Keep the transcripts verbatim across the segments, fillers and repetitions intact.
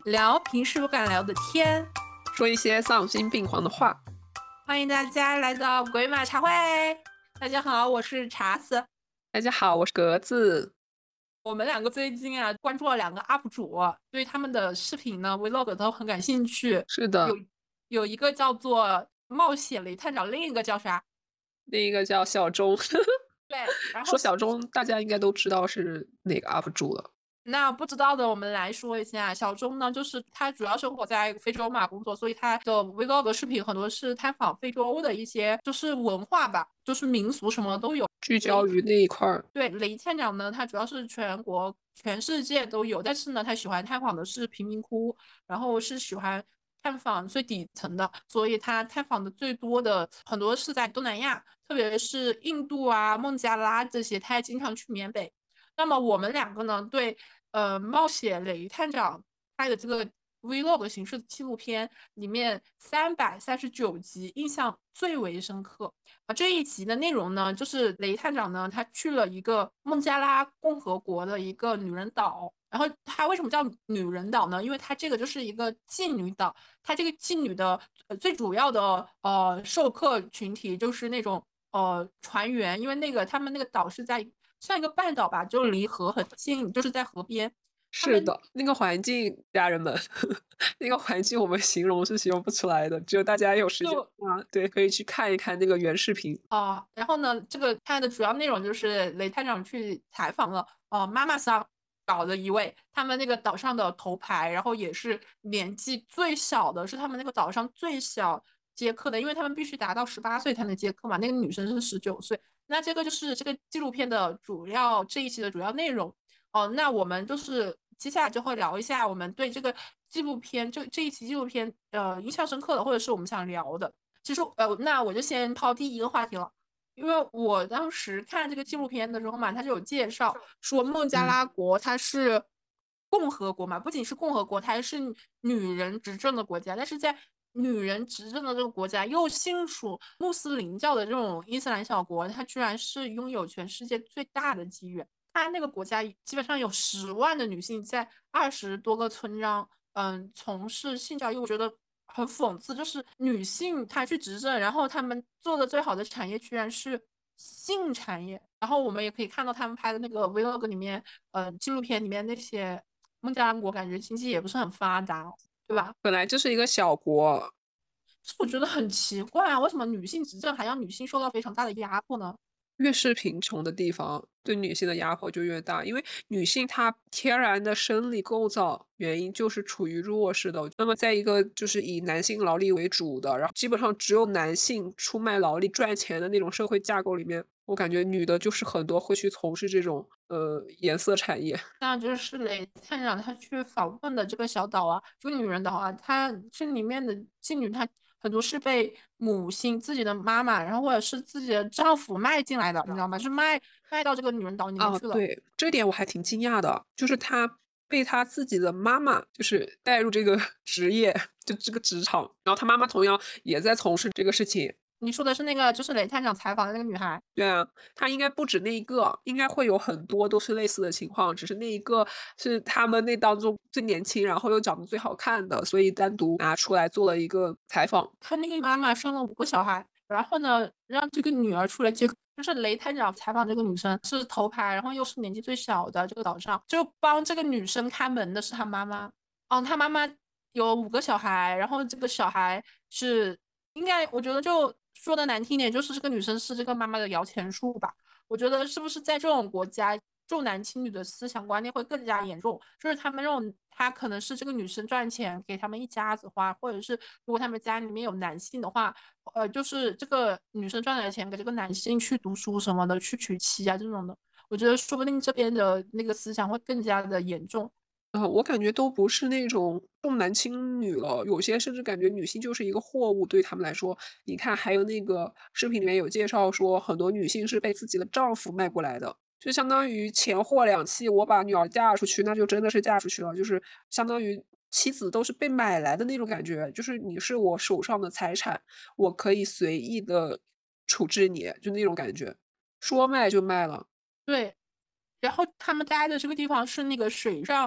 聊平时不敢聊的天。 说一些丧心病狂的话。 欢迎大家来到鬼马茶会。大家好，我是茶子。 大家好，我是格子。 我们两个最近啊，关注了两个 U P 主，对他们的视频呢 Vlog 都很感兴趣。有是的， 有一个叫做冒险雷探长，另一个叫啥？ 另一个叫小钟。 对，然后说小钟，大家应该都知道是哪个 U P 主了。 那不知道的，我们来说一下。小钟呢，就是他主要生活在非洲嘛工作，所以他的 Vlog 视频很多是探访非洲的一些就是文化吧，就是民俗什么都有。雷聚焦于那一块儿。 对，雷探长呢，他主要是全国、全世界都有，但是呢，他喜欢探访的是贫民窟，然后是喜欢探访最底层的，所以他探访的最多的很多是在东南亚，特别是印度啊、孟加拉这些，他还经常去缅北。那么我们两个呢，对呃冒险雷探长拍的这个 Vlog 形式的纪录片里面三百三十九集印象最为深刻。啊，这一集的内容呢，就是雷探长呢，他去了一个孟加拉共和国的一个女人岛。然后他为什么叫女人岛呢？因为它这个就是一个妓女岛，它这个妓女的、呃、最主要的呃授课群体就是那种呃船员，因为那个他们那个岛是在像一个半岛吧，就离河很近，就是在河边。他们是的，那个环境，家人们，那个环境我们形容是形容不出来的，只有大家有时间就啊，对，可以去看一看那个原视频。 啊，然后呢，这个它的主要内容就是雷探长去采访了呃妈妈桑岛的一位他们那个岛上的头牌，然后也是年纪最小的，是他们那个岛上最小接客的，因为他们必须达到十八岁才能接客嘛，那个女生是十九岁。那这个就是这个纪录片的主要这一期的主要内容。哦，那我们就是接下来就会聊一下我们对这个纪录片这这一期纪录片呃印象深刻的，或者是我们想聊的。其实呃，那我就先抛第一个话题了，因为我当时看这个纪录片的时候嘛，它就有介绍说孟加嗯， 拉国它是共和国嘛，不仅是共和国，它还是女人执政的国家，但是在女人执政的这个国家又信属穆斯林教的这种伊斯兰小国，它居然是拥有全世界最大的妓院。它那个国家基本上有十万的女性在二十多个村庄，嗯，从事性教育。我觉得很讽刺，就是女性她去执政，然后她们做的最好的产业居然是性产业。然后我们也可以看到他们拍的那个 Vlog 里面，呃，纪录片里面那些孟加拉国，感觉经济也不是很发达，对吧？ 本来就是一个小国。 是我觉得很奇怪啊，为什么女性执政还让女性受到非常大的压迫呢？ 越是贫穷的地方，对女性的压迫就越大。因为女性她天然的生理构造原因就是处于弱势的。那么在一个就是以男性劳力为主的，然后基本上只有男性出卖劳力赚钱的那种社会架构里面，我感觉女的就是很多会去从事这种呃颜色产业。 那就是雷探长他去访问的这个小岛啊，这个女人岛啊，她这里面的妓女，她很多是被母亲、自己的妈妈，然后或者是自己的丈夫卖进来的，你知道吗？是卖卖到这个女人岛里面啊， 去了。 对，这点我还挺惊讶的，就是他被他自己的妈妈就是带入这个职业，就这个职场，然后他妈妈同样也在从事这个事情。 你说的是那个，就是雷探长采访的那个女孩。 对啊，他应该不止那一个，应该会有很多都是类似的情况，只是那一个是他们那当中最年轻，然后又长得最好看的，所以单独拿出来做了一个采访。 她那个妈妈生了五个小孩，然后呢，让这个女儿出来接，就是雷探长采访这个女生是头牌，然后又是年纪最小的这个岛上，就帮这个女生看门的是她妈妈。哦，她妈妈有五个小孩，然后这个小孩是应该，我觉得就说的难听点，就是这个女生是这个妈妈的摇钱树吧。我觉得是不是在这种国家，重男轻女的思想观念会更加严重？就是他们这种，他可能是这个女生赚钱给他们一家子花，或者是如果他们家里面有男性的话，呃，就是这个女生赚来的钱给这个男性去读书什么的，去娶妻啊这种的。我觉得说不定这边的那个思想会更加的严重。 呃，我感觉都不是那种重男轻女了，有些甚至感觉女性就是一个货物，对他们来说。你看，还有那个视频里面有介绍说，很多女性是被自己的丈夫卖过来的，就相当于钱货两讫。我把女儿嫁出去，那就真的是嫁出去了，就是相当于妻子都是被买来的那种感觉，就是你是我手上的财产，我可以随意的处置你，就那种感觉，说卖就卖了。 对，然后他们待的这个地方是那个水上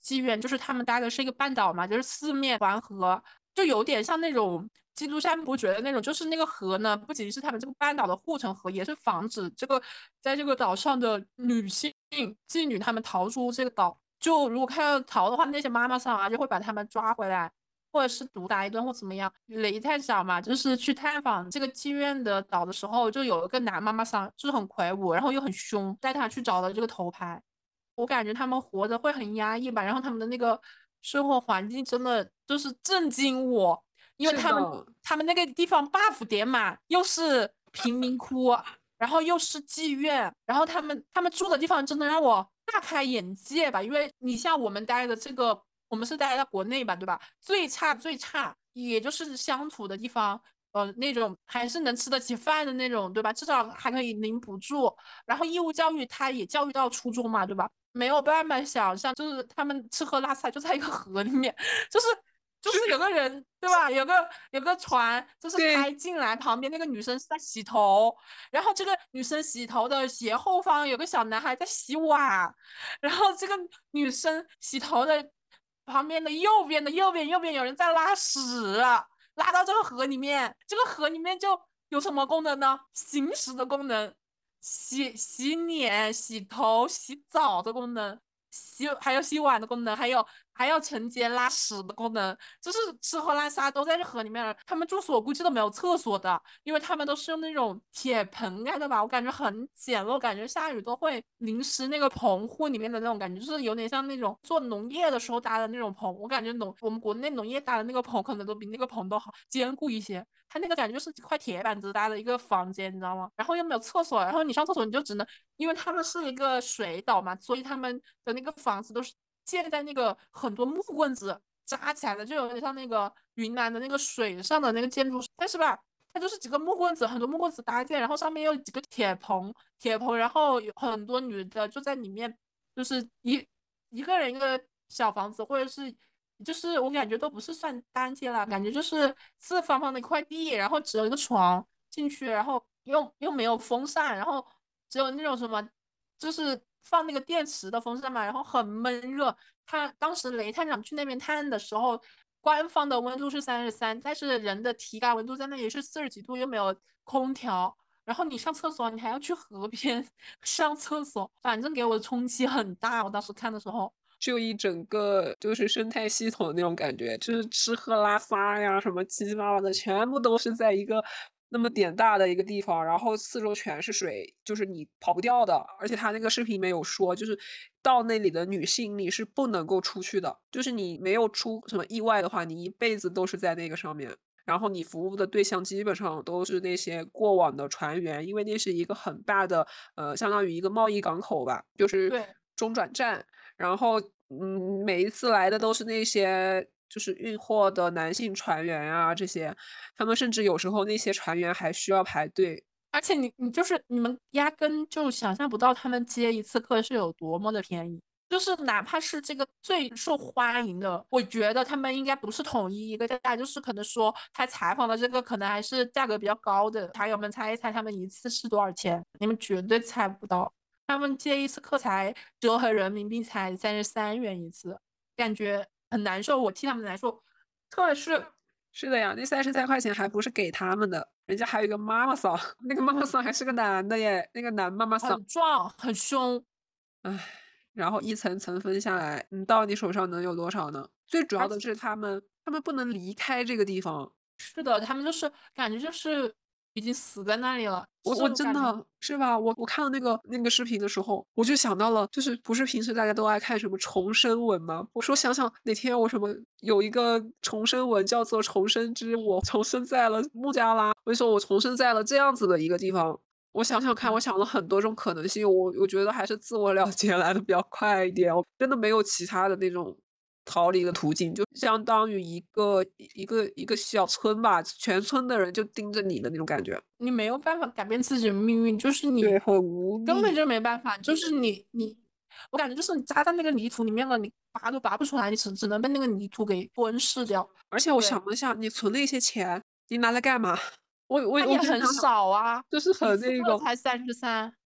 妓院，就是他们待的是一个半岛嘛，就是四面环河，就有点像那种基督山伯爵的那种，就是那个河呢，不仅是他们这个半岛的护城河，也是防止这个在这个岛上的女性妓女她们逃出这个岛。就如果看到逃的话，那些妈妈桑啊就会把他们抓回来，或者是毒打一顿或怎么样。雷太小嘛，就是去探访这个妓院的岛的时候，就有一个男妈妈桑，就是很魁梧，然后又很凶，带他去找了这个头牌。我感觉他们活着会很压抑吧，然后他们的那个生活环境真的就是震惊我，因为是的， 他们他们那个地方 buff 点满，又是贫民窟，然后又是妓院，然后他们他们住的地方真的让我大开眼界吧，因为你像我们待的这个，我们是待在国内吧，对吧？最差最差也就是乡土的地方。呃，那种还是能吃得起饭的那种，对吧？至少还可以领补助，然后义务教育他也教育到初中嘛，对吧？没有办法想象，就是他们吃喝拉撒就在一个河里面，就是就是有个人，对吧？有个有个船，就是对， 开进来，旁边那个女生是在洗头，然后这个女生洗头的斜后方有个小男孩在洗碗，然后这个女生洗头的旁边的右边的右边右边有人在拉屎，拉到这个河里面，这个河里面就有什么功能呢？行驶的功能，洗洗脸、洗头、洗澡的功能，洗还有洗碗的功能，还有还要承接拉屎的功能，就是吃喝拉撒都在这河里面了。他们住所估计都没有厕所的，因为他们都是用那种铁盆盖的吧，我感觉很简陋，感觉下雨都会淋湿那个棚户里面的那种感觉，就是有点像那种做农业的时候搭的那种棚。我感觉农我们国内农业搭的那个棚可能都比那个棚都好坚固一些。它那个感觉就是几块铁板子搭的一个房间，你知道吗？然后又没有厕所，然后你上厕所你就只能，因为他们是一个水岛嘛，所以他们的那个房子都是建在那个很多木棍子扎起来的，就有点像那个云南的那个水上的那个建筑，但是吧，它就是几个木棍子，很多木棍子搭建，然后上面有几个铁棚，铁棚，然后有很多女的就在里面，就是一一个人一个小房子，或者是就是我感觉都不是算单间了，感觉就是四方方的一块地，然后只有一个床进去，然后又又没有风扇，然后只有那种什么，就是放那个电池的风扇嘛，然后很闷热。他当时雷探长去那边探的时候，官方的温度是三十三，但是人的体感温度在那里是四十几度，又没有空调。然后你上厕所，你还要去河边上厕所，反正给我的冲击很大。我当时看的时候。 就一整个就是生态系统的那种感觉，就是吃喝拉撒呀，什么七七八八的，全部都是在一个那么点大的一个地方，然后四周全是水，就是你跑不掉的。而且他那个视频没有说，就是到那里的女性你是不能够出去的，就是你没有出什么意外的话，你一辈子都是在那个上面。然后你服务的对象基本上都是那些过往的船员，因为那是一个很大的，呃，相当于一个贸易港口吧，就是对， 中转站。然后，嗯，每一次来的都是那些就是运货的男性船员啊，这些，他们甚至有时候那些船员还需要排队。 而且你你就是你们压根就想象不到他们接一次课是有多么的便宜，就是哪怕是这个最受欢迎的，我觉得他们应该不是统一一个价，就是可能说他采访的这个可能还是价格比较高的，茶友们猜一猜他们一次是多少钱？你们绝对猜不到，他们接一次课才折合人民币才三十三元一次，感觉很难受，我替他们难受，特别是是的呀，那三十三块钱还不是给他们的，人家还有一个妈妈桑，那个妈妈桑还是个男的耶，那个男妈妈桑。 很壮很凶。 唉，然后一层层分下来，你到你手上能有多少呢？最主要而且。 的是他们他们不能离开这个地方。 是的，他们就是感觉就是已经死在那里了，就我我是感觉真的是吧，我我看到那个那个视频的时候，我就想到了，就是不是平时大家都爱看什么重生文吗？我说想想哪天我什么有一个重生文叫做《重生之我重生在了孟加拉》，我就说我重生在了这样子的一个地方。我想想看，我想了很多种可能性，我我觉得还是自我了结来的比较快一点，我真的没有其他的那种逃离的途径，就相当于一个一个一个小村吧，全村的人就盯着你的那种感觉。 你没有办法改变自己的命运，就是对， 你很无力。 根本就没办法，就是你你，我感觉就是你扎在那个泥土里面了，你拔都拔不出来，你只只能被那个泥土给吞噬掉。 而且我对， 想了想，你存那些钱，你拿来干嘛？我我我它也很就想想， 少啊， 就是一次很那个， 课才三十三。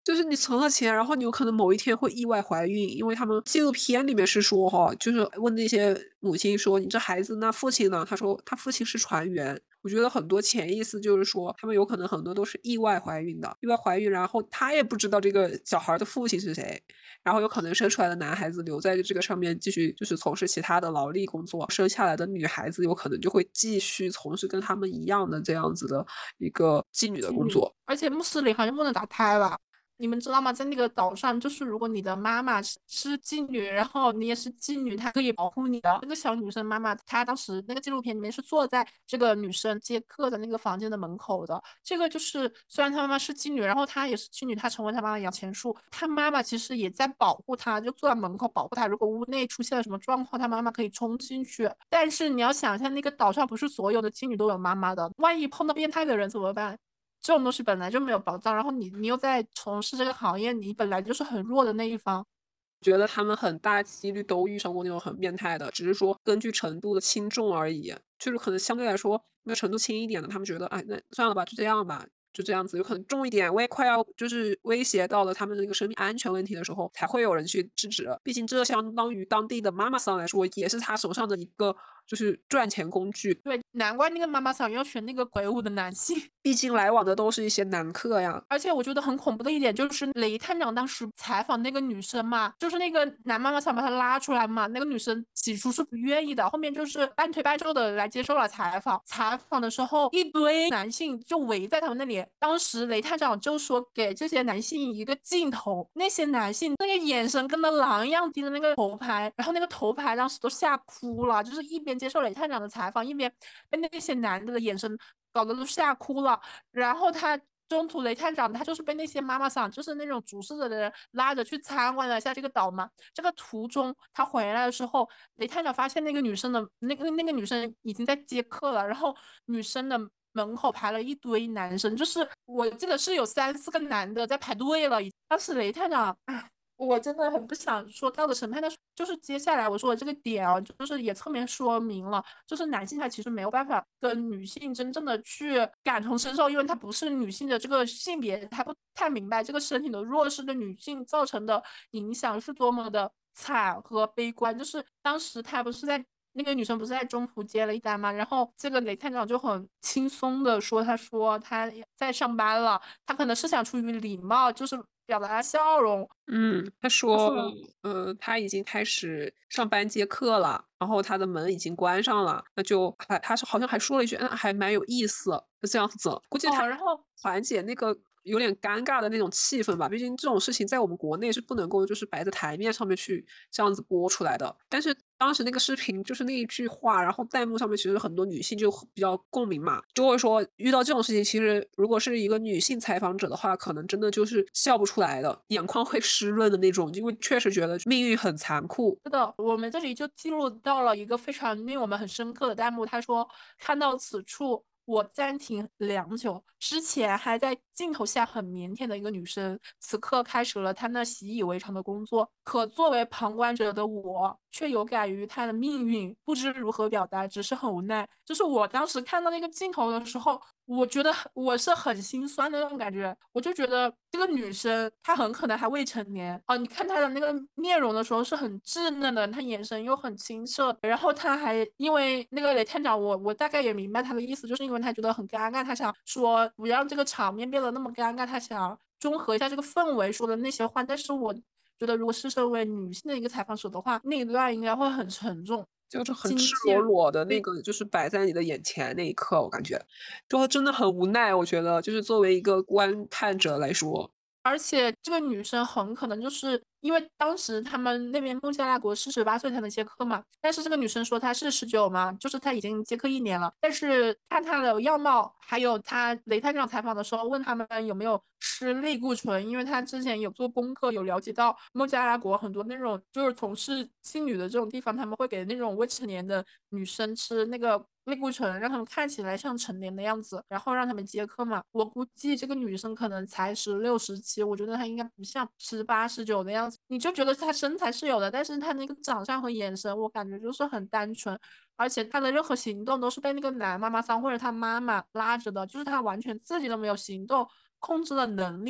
就是你存了钱，然后你有可能某一天会意外怀孕，因为他们纪录片里面是说哈，就是问那些母亲说：“你这孩子那父亲呢？”他说：“他父亲是船员。”我觉得很多潜意识就是说，他们有可能很多都是意外怀孕的，意外怀孕，然后他也不知道这个小孩的父亲是谁，然后有可能生出来的男孩子留在这个上面继续就是从事其他的劳力工作，生下来的女孩子有可能就会继续从事跟他们一样的这样子的一个妓女的妓女， 工作。 而且穆斯林好像不能打胎吧？你们知道吗？在那个岛上，就是如果你的妈妈是是妓女，然后你也是妓女，她可以保护你的。那个小女生妈妈，她当时那个纪录片里面是坐在这个女生接客的那个房间的门口的。这个就是虽然她妈妈是妓女，然后她也是妓女，她成为她妈妈摇钱树，她妈妈其实也在保护她，就坐在门口保护她。如果屋内出现了什么状况，她妈妈可以冲进去。但是你要想一下，那个岛上不是所有的妓女都有妈妈的，万一碰到变态的人怎么办？这种东西本来就没有保障，然后你你又在从事这个行业，你本来就是很弱的那一方。 觉得他们很大几率都遇上过那种很变态的，只是说根据程度的轻重而已。就是可能相对来说，那个程度轻一点的，他们觉得，哎，那算了吧，就这样吧，就这样子。有可能重一点，我也快要就是威胁到了他们的那个生命安全问题的时候，才会有人去制止。毕竟这相当于当地的妈妈桑来说，也是他手上的一个就是赚钱工具。 对，难怪那个妈妈想要选那个鬼舞的男性。 毕竟来往的都是一些男客呀。 而且我觉得很恐怖的一点就是，雷探长当时采访那个女生嘛，就是那个男妈妈想把她拉出来嘛，那个女生起初是不愿意的，后面就是半推半就的来接受了采访。采访的时候，一堆男性就围在他们那里，当时雷探长就说给这些男性一个镜头，那些男性那个眼神跟那狼一样盯着那个头牌，然后那个头牌当时都吓哭了，就是一边接受雷探长的采访，一边被那些男的的眼神搞得都吓哭了。然后他中途雷探长他就是被那些妈妈桑，就是那种主事者的人拉着去参观了一下这个岛嘛。这个途中他回来的时候，雷探长发现那个女生的那个那个女生已经在接客了，然后女生的门口排了一堆男生，就是我记得是有三四个男的在排队了。当时雷探长，哎，我真的很不想说道德审判，但是就是接下来我说的这个点啊，就是也侧面说明了，就是男性他其实没有办法跟女性真正的去感同身受，因为他不是女性的这个性别，他不太明白这个身体的弱势对女性造成的影响是多么的惨和悲观。就是当时他不是在那个女生不是在中途接了一单吗？然后这个雷探长就很轻松的说，他说他在上班了，他可能是想出于礼貌，就是表达笑容。 嗯，他说， 他说呃，他已经开始上班接客了，然后他的门已经关上了，那就还他是好像还说了一句，嗯，还蛮有意思，就这样子。估计他哦，然后缓解那个有点尴尬的那种气氛吧，毕竟这种事情在我们国内是不能够就是摆在台面上面去这样子播出来的。但是当时那个视频就是那一句话，然后弹幕上面其实很多女性就比较共鸣嘛，就会说遇到这种事情，其实如果是一个女性采访者的话，可能真的就是笑不出来的，眼眶会湿润的那种，因为确实觉得命运很残酷。 是的，我们这里就记录到了一个非常令我们很深刻的弹幕。他说：“看到此处，我暂停良久。之前还在镜头下很腼腆的一个女生，此刻开始了她那习以为常的工作。可作为旁观者的我，却有感于她的命运，不知如何表达，只是很无奈。”就是我当时看到那个镜头的时候，我觉得我是很心酸的那种感觉。我就觉得这个女生她很可能还未成年啊，你看她的那个面容的时候是很稚嫩的，她眼神又很清澈，然后她还因为那个雷探长，我我大概也明白他的意思，就是因为他觉得很尴尬，他想说不让这个场面变得那么尴尬，他想中和一下这个氛围说的那些话。但是我觉得如果是身为女性的一个采访者的话，那一段应该会很沉重。 就是很赤经纪裸裸的那对， 个，就是摆在你的眼前那一刻，我感觉就真的很无奈。我觉得，就是作为一个观看者来说， 而且这个女生很可能就是因为当时他们那边孟加拉国是十八岁才能接客嘛，但是这个女生说她是十九嘛，就是她已经接客一年了。但是看她的样貌，还有她雷探长采访的时候问他们有没有吃类固醇，因为她之前有做功课，有了解到孟加拉国很多那种就是从事性女的这种地方，他们会给那种未成年的女生吃那个类固醇，让他们看起来像成年的样子，然后让他们接客嘛。我估计这个女生可能才十六、十七，我觉得她应该不像十八、十九的样子。你就觉得她身材是有的，但是她那个长相和眼神，我感觉就是很单纯，而且她的任何行动都是被那个男妈妈桑或者她妈妈拉着的，就是她完全自己都没有行动控制的能力。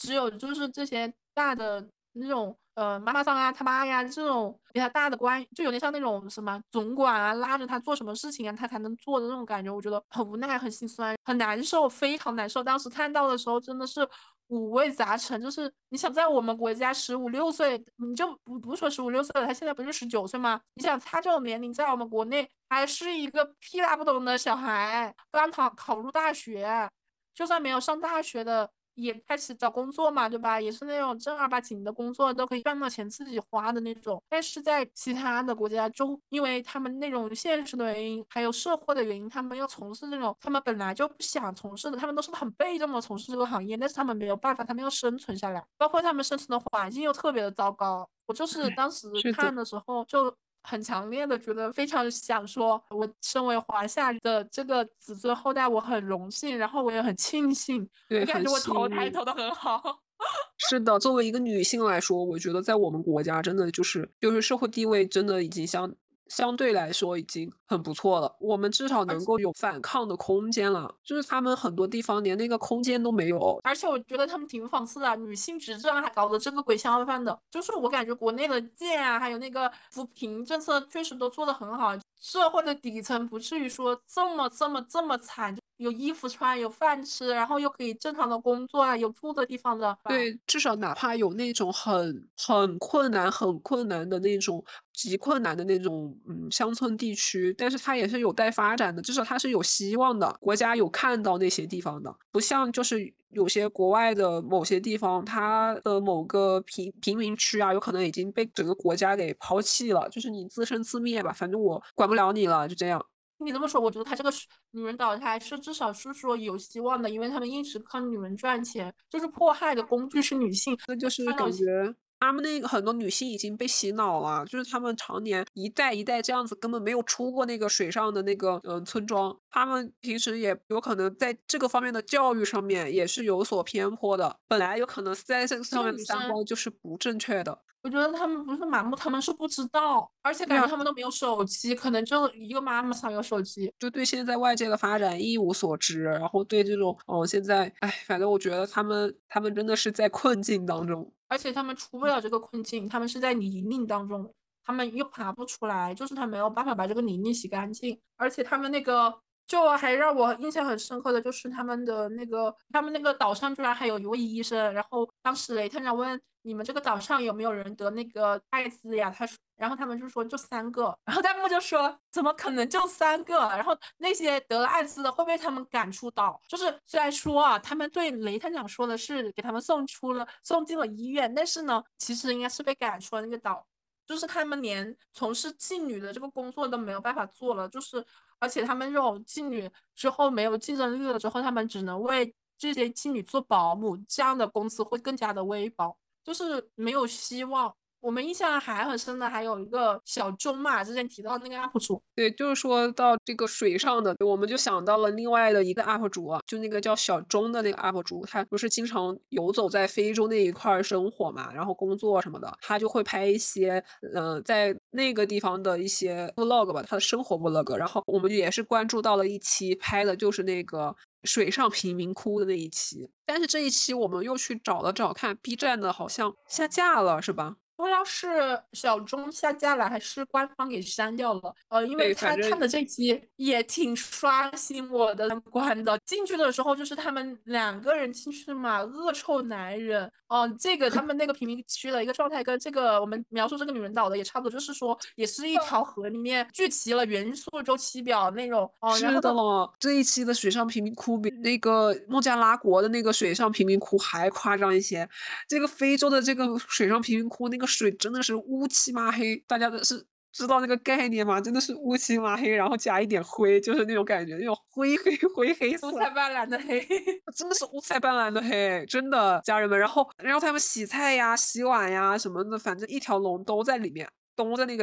只有就是这些大的那种呃妈妈桑啊、他妈呀这种比他大的官，就有点像那种什么总管啊，拉着他做什么事情啊，他才能做的那种感觉，我觉得很无奈、很心酸、很难受，非常难受。当时看到的时候真的是五味杂陈，就是你想在我们国家十五六岁，你就不不说十五六岁了，他现在不是十九岁吗？你想他这种年龄在我们国内还是一个屁拉不懂的小孩，刚考考入大学，就算没有上大学的，也开始找工作嘛，对吧？也是那种正儿八经的工作，都可以赚到钱自己花的那种。但是在其他的国家，就因为他们那种现实的原因，还有社会的原因，他们要从事那种他们本来就不想从事的，他们都是很被动的从事这个行业，但是他们没有办法，他们要生存下来，包括他们生存的环境又特别的糟糕。我就是当时是的。 看的时候就很强烈的觉得非常想说，我身为华夏的这个子孙后代，我很荣幸，然后我也很庆幸， 对， 我感很觉我投幸运。 胎投的很好。 是的，作为一个女性来说，我觉得在我们国家真的就是就是社会地位真的已经相相对来说已经很不错了，我们至少而且能够有反抗的空间了，就是他们很多地方连那个空间都没有。 而且我觉得他们挺讽刺的，女性执政还搞得这个鬼香饭的。就是我感觉国内的建啊，还有那个扶贫政策确实都做得很好，社会的底层不至于说这么这么这么惨，有衣服穿，有饭吃，然后又可以正常的工作啊，有住的地方的吧。 对，至少哪怕有那种很很困难、很困难的那种极困难的那种，嗯，乡村地区，但是它也是有待发展的，至少它是有希望的，国家有看到那些地方的。不像就是有些国外的某些地方，它的某个贫贫民区啊，有可能已经被整个国家给抛弃了，就是你自生自灭吧，反正我管不了你了，就这样。 你这么说，我觉得他这个是女人岛，他还是至少是说有希望的，因为他们一直靠女人赚钱，就是迫害的工具是女性。 那就是看到感觉他们那个很多女性已经被洗脑了，就是她们常年一代一代这样子，根本没有出过那个水上的那个嗯、呃村庄，她们平时也有可能在这个方面的教育上面也是有所偏颇的，本来有可能在这个这个上面的三女生观就是不正确的。 我觉得他们不是盲目，他们是不知道，而且对啊， 感觉他们都没有手机，可能就一个妈妈才有手机。 就对现在外界的发展一无所知，然后对这种哦，现在哎，反正我觉得他们他们真的是在困境当中。 而且他们出不了这个困境，他们是在泥泞当中，他们又爬不出来，就是他没有办法把这个泥泞洗干净。而且他们那个，就还让我印象很深刻的就是他们的那个，他们那个岛上居然还有一位医生。然后当时雷探长问你们这个岛上有没有人得那个艾滋呀？他说，然后他们就说就三个，然后弹幕就说怎么可能就三个？然后那些得了艾滋的会被他们赶出岛。就是虽然说啊，他们对雷探长说的是给他们送出了送进了医院，但是呢，其实应该是被赶出了那个岛。就是他们连从事妓女的这个工作都没有办法做了，就是而且他们这种妓女之后没有竞争力了之后，他们只能为这些妓女做保姆，这样的工资会更加的微薄，就是没有希望。我们印象还很深的还有一个小钟嘛，之前提到那个 U P 主。 对，就是说到这个水上的，我们就想到了另外的一个 U P 主啊，就那个叫小钟的那个 U P 主，他不是经常游走在非洲那一块儿生活嘛，然后工作什么的，他就会拍一些，呃，在那个地方的一些 vlog 吧，他的生活 vlog，然后我们也是关注到了一期，拍的就是那个水上贫民窟的那一期，但是这一期我们又去找了找看，B 站的好像下架了，是吧？ 不知道是小钟下架了，还是官方给删掉了。呃，因为对，反正他看的这集也挺刷新我的三观的。进去的时候就是他们两个人进去嘛，恶臭男人。哦、这个他们那个贫民区的一个状态跟这个我们描述这个女人岛的也差不多，就是说也是一条河里面聚齐了元素周期表那种。哦、然是后到的了，这一期的水上贫民窟比那个孟加拉国的那个水上贫民窟还夸张一些。这个非洲的这个水上贫民窟，那个水真的是乌漆嘛黑，大家的是知道那个概念吗？真的是乌漆嘛黑，然后加一点灰，就是那种感觉，那种灰黑灰黑色， 五彩斑斓的黑。 真的是五彩斑斓的黑，真的，家人们。然后，然后他们洗菜呀、洗碗呀什么的，反正一条龙都在里面，都在那个里面。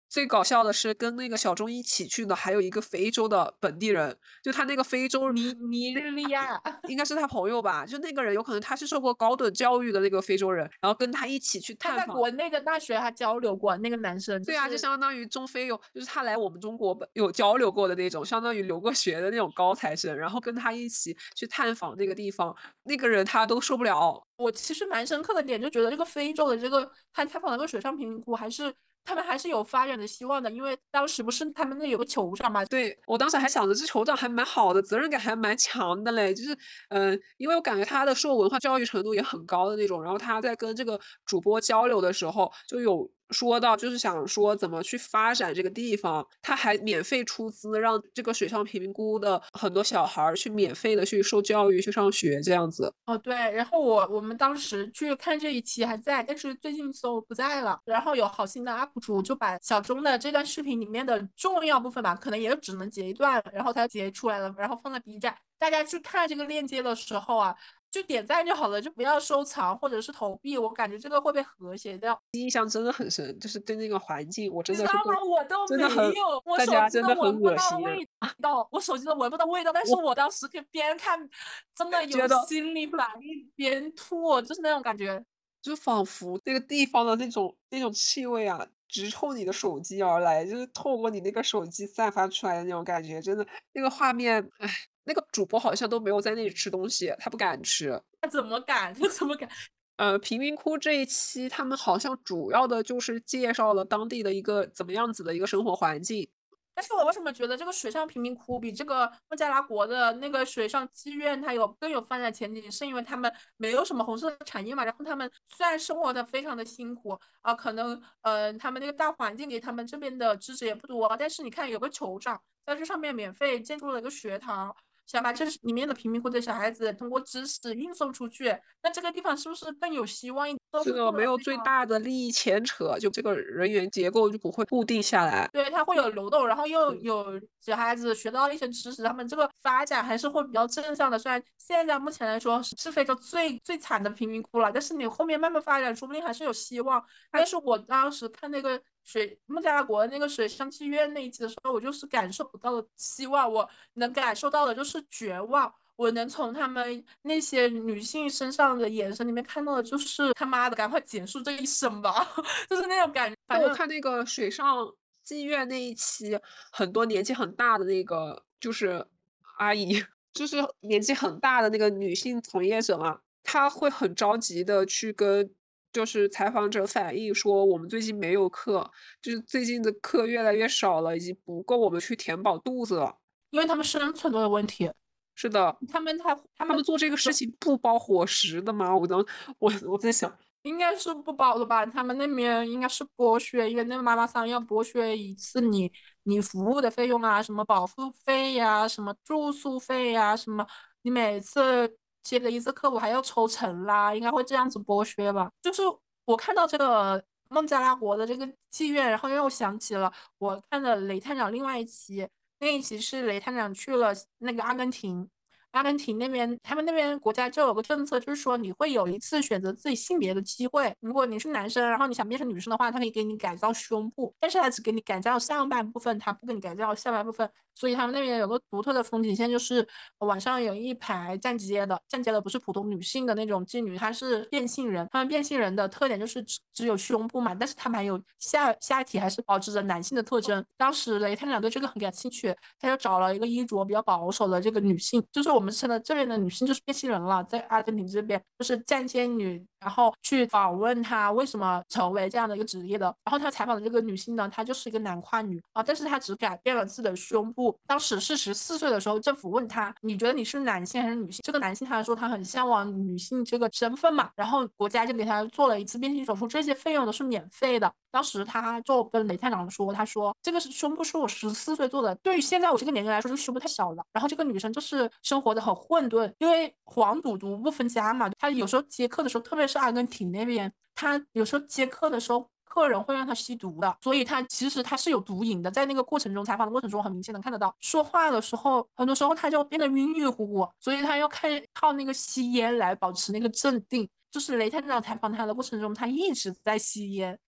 最搞笑的是跟那个小钟一起去的还有一个非洲的本地人，就他那个非洲尼尼日利亚。 应该是他朋友吧，就那个人有可能他是受过高等教育的那个非洲人，然后跟他一起去他在探访。 国内的大学还交流过，那个男生就对啊，就是相当于中非有就是他来我们中国本有交流过的那种，相当于留过学的那种高材生，然后跟他一起去探访那个地方，那个人他都受不了。 我其实蛮深刻的点，就觉得这个非洲的这个他采访的这个水上贫民窟，还是他们还是有发展的希望的，因为当时不是他们那有个酋长嘛。 对，我当时还想着这酋长还蛮好的，责任感还蛮强的嘞，就是，嗯，呃因为我感觉他的受文化教育程度也很高的那种，然后他在跟这个主播交流的时候，就有说到，就是想说怎么去发展这个地方，他还免费出资让这个水上贫民窟的很多小孩儿去免费的去受教育、去上学这样子。 哦，对，然后我我们当时去看这一期还在，但是最近搜不在了。然后有好心的 U P 主就把小钟的这段视频里面的重要部分吧，可能也就只能截一段，然后他截出来了，然后放在 B 站。大家去看这个链接的时候啊，就点赞就好了，就不要收藏或者是投币，我感觉这个会被和谐掉。 印象真的很深，就是对那个环境，我真的是对你知道吗？我都真的很没有，我大手机都家真的很闻不到恶心啊。 味道，我手机都闻不到味道，但是我我当时可以边看，真的有觉得心理反应边吐，就是那种感觉。 就仿佛那个地方的那种那种气味啊，直冲你的手机而来，就是透过你那个手机散发出来的那种感觉，真的那个画面，唉，那个主播好像都没有在那里吃东西，他不敢吃。 他怎么敢？他怎么敢？ 呃，贫民窟这一期，他们好像主要的就是介绍了当地的一个怎么样子的一个生活环境。 但是我为什么觉得这个水上贫民窟比这个孟加拉国的那个水上妓院它有更有发展前景？是因为他们没有什么红色的产业嘛？然后他们虽然生活的非常的辛苦啊、可能呃他们那个大环境给他们这边的支持也不多，但是你看有个酋长在这上面免费建筑了一个学堂，想把这里面的贫民窟的小孩子通过知识运送出去，那这个地方是不是更有希望一点？都是的， 是做没有最的非常。 大的利益牵扯，就这个人员结构就不会固定下来。 对，它会有流动，然后又嗯， 有小孩子学到一些知识，他们这个发展还是会比较正向的。虽然现在目前来说是非洲最最惨的贫民窟了，但是你后面慢慢发展，说不定还是有希望。但是我当时看那个水孟加拉国的那个水上妓院那一集的时候，我就是感受不到的希望，我能感受到的就是绝望。我能从他们那些女性身上的眼神里面看到的，就是他妈的，赶快结束这一生吧，就是那种感觉。反但我正看那个水上妓院那一期，很多年纪很大的那个就是阿姨，就是年纪很大的那个女性从业者嘛，她会很着急的去跟就是采访者反映说，我们最近没有课，就是最近的课越来越少了，已经不够我们去填饱肚子了。 因为他们生存都有问题， 是的， 他们他他们他们做这个事情不包伙食的吗？我当我我在想， 应该是不包的吧？他们那边应该是剥削，因为那个妈妈桑要剥削一次你你服务的费用啊，什么保护费呀、什么住宿费呀、什么你每次接的一次客户还要抽成啦，应该会这样子剥削吧？就是我看到这个孟加拉国的这个妓院，然后又想起了我看的雷探长另外一期，那一期是雷探长去了那个阿根廷。阿根廷那边，他们那边国家就有个政策，就是说你会有一次选择自己性别的机会。如果你是男生，然后你想变成女生的话，他可以给你改造胸部，但是他只给你改造上半部分，他不给你改造下半部分。所以他们那边有个独特的风景线，就是晚上有一排站街的，站街的不是普通女性的那种妓女，她是变性人。他们变性人的特点就是只只有胸部嘛，但是他们还有下下体还是保持着男性的特征。当时雷探长对这个很感兴趣，他就找了一个衣着比较保守的这个女性，就是我们称的这边的女性就是变性人了，在阿根廷这边就是站街女，然后去访问她为什么成为这样的一个职业的。然后他采访的这个女性呢，她就是一个男跨女啊，但是她只改变了自己的胸部。当时是十四岁的时候，政府问她，你觉得你是男性还是女性？这个男性他说他很向往女性这个身份嘛，然后国家就给他做了一次变性手术，这些费用都是免费的。当时他就跟雷探长说，他说这个是胸部是我十四岁做的，对于现在我这个年龄来说，这个胸部太小了。然后这个女生就是生活的很混沌，因为黄赌毒不分家嘛，她有时候接客的时候，特别是阿根廷那边，她有时候接客的时候。客人会让他吸毒的，所以他其实他是有毒瘾的，在那个过程中采访的过程中，很明显能看得到。说话的时候，很多时候他就变得晕晕乎乎，所以他要看靠那个吸烟来保持那个镇定。就是雷探长采访他的过程中，他一直在吸烟，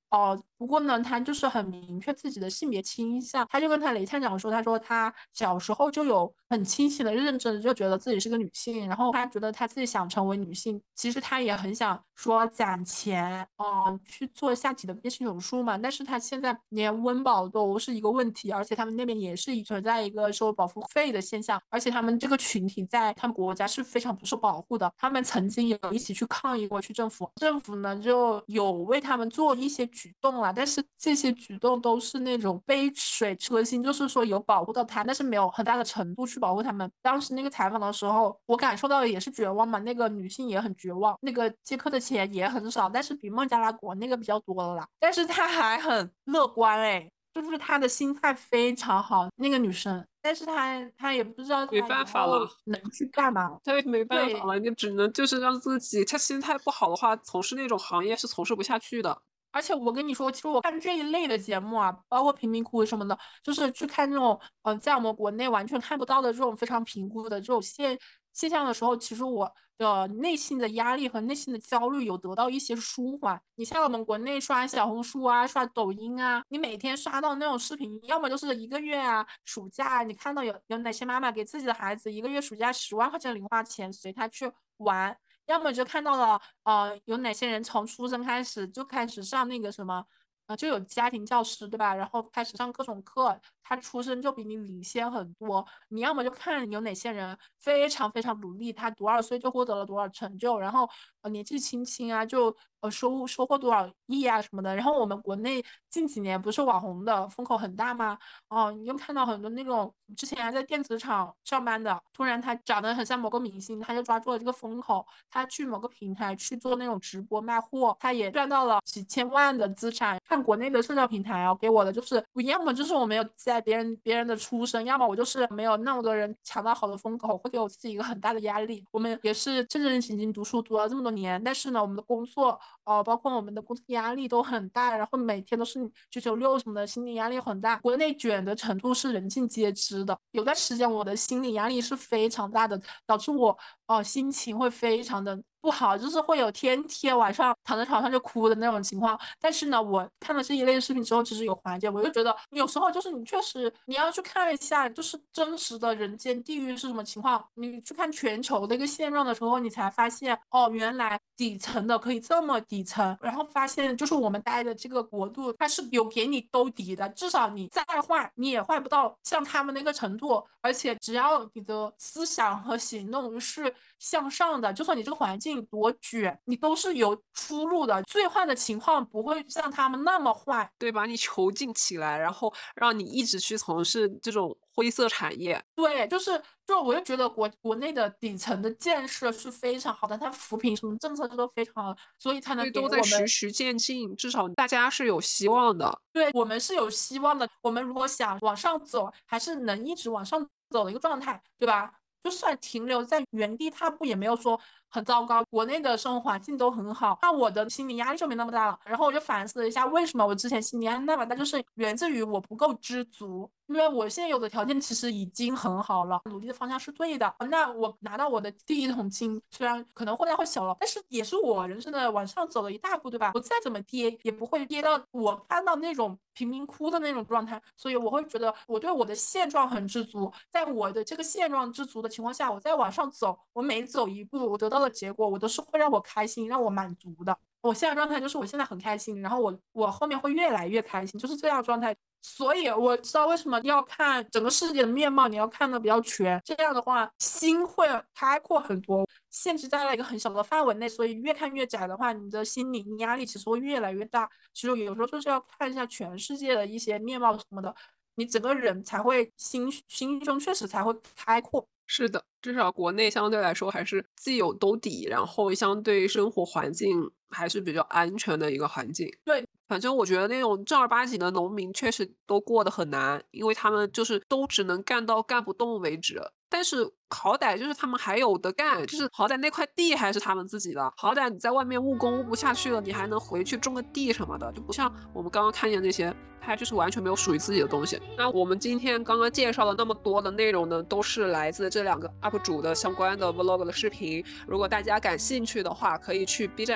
哦，不过呢，他就是很明确自己的性别倾向，他就跟他雷探长说，他说他小时候就有很清醒的认知，就觉得自己是个女性，然后他觉得他自己想成为女性，其实他也很想说攒钱，哦、去做下体的变性手术嘛，但是他现在连温饱都是一个问题，而且他们那边也是存在一个收保护费的现象，而且他们这个群体在他们国家是非常不受保护的，他们曾经有一起去抗议过去政府，政府呢就有为他们做一些举动啦，但是这些举动都是那种杯水车薪，就是说有保护到他，但是没有很大的程度去保护他们。当时那个采访的时候，我感受到的也是绝望嘛，那个女性也很绝望，那个接客的钱也很少，但是比孟加拉国那个比较多了啦，但是她还很乐观哎。就是她的心态非常好，那个女生，但是她她也不知道没她以办法了， 后能去干嘛。 他也没办法对， 了，你只能就是让自己，他心态不好的话，从事那种行业是从事不下去的。 而且我跟你说，其实我看这一类的节目啊，包括贫民窟什么的，就是去看这种，呃，在我们国内完全看不到的这种非常贫苦的这种现现象的时候，其实我的内心的压力和内心的焦虑有得到一些舒缓。你像我们国内刷小红书啊，刷抖音啊，你每天刷到那种视频，要么就是一个月啊，暑假啊你看到有有哪些妈妈给自己的孩子一个月暑假十万块钱零花钱，随他去玩。要么就看到了，呃，有哪些人从出生开始就开始上那个什么，呃，就有家庭教师，对吧？然后开始上各种课，他出生就比你领先很多。你要么就看有哪些人非常非常努力，他多少岁就获得了多少成就，然后呃年纪轻轻啊就呃收收获多少亿啊什么的。然后我们国内近几年不是网红的风口很大吗？哦，你又看到很多那种之前还在电子厂上班的，突然他长得很像某个明星，他就抓住了这个风口，他去某个平台去做那种直播卖货，他也赚到了几千万的资产。看国内的社交平台哦，给我的就是我要么就是我没有在别人别人的出身，要么我就是没有那么多人抢到好的风口，会给我自己一个很大的压力。我们也是正正经经读书读了这么多年，但是呢，我们的工作呃，包括我们的工作压力都很大，然后每天都是九九六什么的，心理压力很大。国内卷的程度是人尽皆知的。有段时间我的心理压力是非常大的，导致我呃心情会非常的不好，就是会有天天晚上躺在床上就哭的那种情况。但是呢，我看了这一类的视频之后，其实有缓解。我就觉得有时候就是你确实你要去看一下，就是真实的人间地狱是什么情况。你去看全球的一个现状的时候，你才发现哦，原来底层的可以这么底层，然后发现就是我们待的这个国度，它是有给你兜底的，至少你再坏，你也坏不到像他们那个程度。而且只要你的思想和行动是向上的，就算你这个环境多卷，你都是有出路的。最坏的情况不会像他们那么坏。 对，把你囚禁起来，然后让你一直去从事这种灰色产业。 对，就是就我就觉得国国内的底层的建设是非常好的，它扶贫什么政策都非常好，所以才能对，都在给我们循序渐进，至少大家是有希望的。 对，我们是有希望的。我们如果想往上走，还是能一直往上走的一个状态，对吧？就算停留在原地踏步，也没有说很糟糕。国内的生活环境都很好，那我的心理压力就没那么大了。然后我就反思了一下，为什么我之前心理压力那么大，就是源自于我不够知足。因为我现在有的条件其实已经很好了，努力的方向是对的。那我拿到我的第一桶金，虽然可能获利会小了，但是也是我人生的往上走了一大步，对吧？我再怎么跌，也不会跌到我看到那种贫民窟的那种状态。所以我会觉得我对我的现状很知足，在我的这个现状知足的情况下，我再往上走，我每走一步，我得到的结果，我都是会让我开心、让我满足的。我现在状态就是我现在很开心，然后我我后面会越来越开心，就是这样状态。所以我知道为什么要看整个世界的面貌，你要看的比较全，这样的话心会开阔很多。限制在了一个很小的范围内，所以越看越窄的话，你的心理压力其实会越来越大。其实有时候就是要看一下全世界的一些面貌什么的，你整个人才会心心胸确实才会开阔。 是的，至少国内相对来说还是既有兜底，然后相对生活环境还是比较安全的一个环境。 对， 反正我觉得那种正儿八经的农民确实都过得很难，因为他们就是都只能干到干不动为止。但是好歹就是他们还有的干，就是好歹那块地还是他们自己的，好歹你在外面务工务不下去了，你还能回去种个地什么的，就不像我们刚刚看见那些，它就是完全没有属于自己的东西。那我们今天刚刚介绍了那么多的内容呢，都是来自这两个 U P 主的相关的 Vlog 的视频。如果大家感兴趣的话，可以去 B 站上面去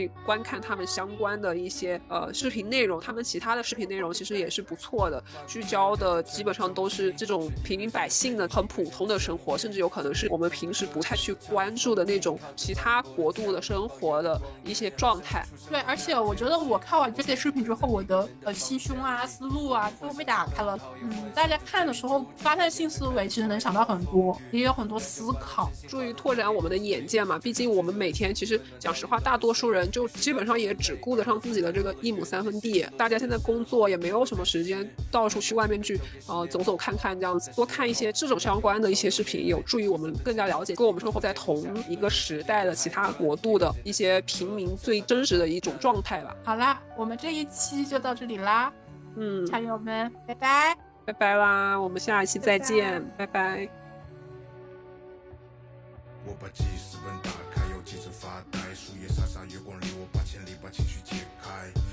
去观看他们相关的一些呃视频内容，他们其他的视频内容其实也是不错的，聚焦的基本上都是这种平民百姓的很普通的生活，甚至有可能是我们平时不太去关注的那种其他国度的生活的一些状态。 对，而且我觉得我看完这些视频之后，我的呃心胸啊、思路啊都被打开了。嗯，大家看的时候发散性思维其实能想到很多，也有很多思考， 助于拓展我们的眼界嘛。毕竟我们每天其实讲实话，大多数人就基本上也只顾得上自己的这个一亩三分地。大家现在工作也没有什么时间到处去外面去呃走走看看这样子，多看一些这种相关的一些视频，有助于我们更加了解跟我们生活在同一个时代的其他国度的一些平民最真实的一种状态吧。 好啦，我们这一期就到这里啦， 嗯， 茶友们，拜拜， 拜拜啦，我们下一期再见，拜拜。 拜拜。 我把记事本打开，有记者发呆，树叶洒洒月光里，我把千里把情绪解开。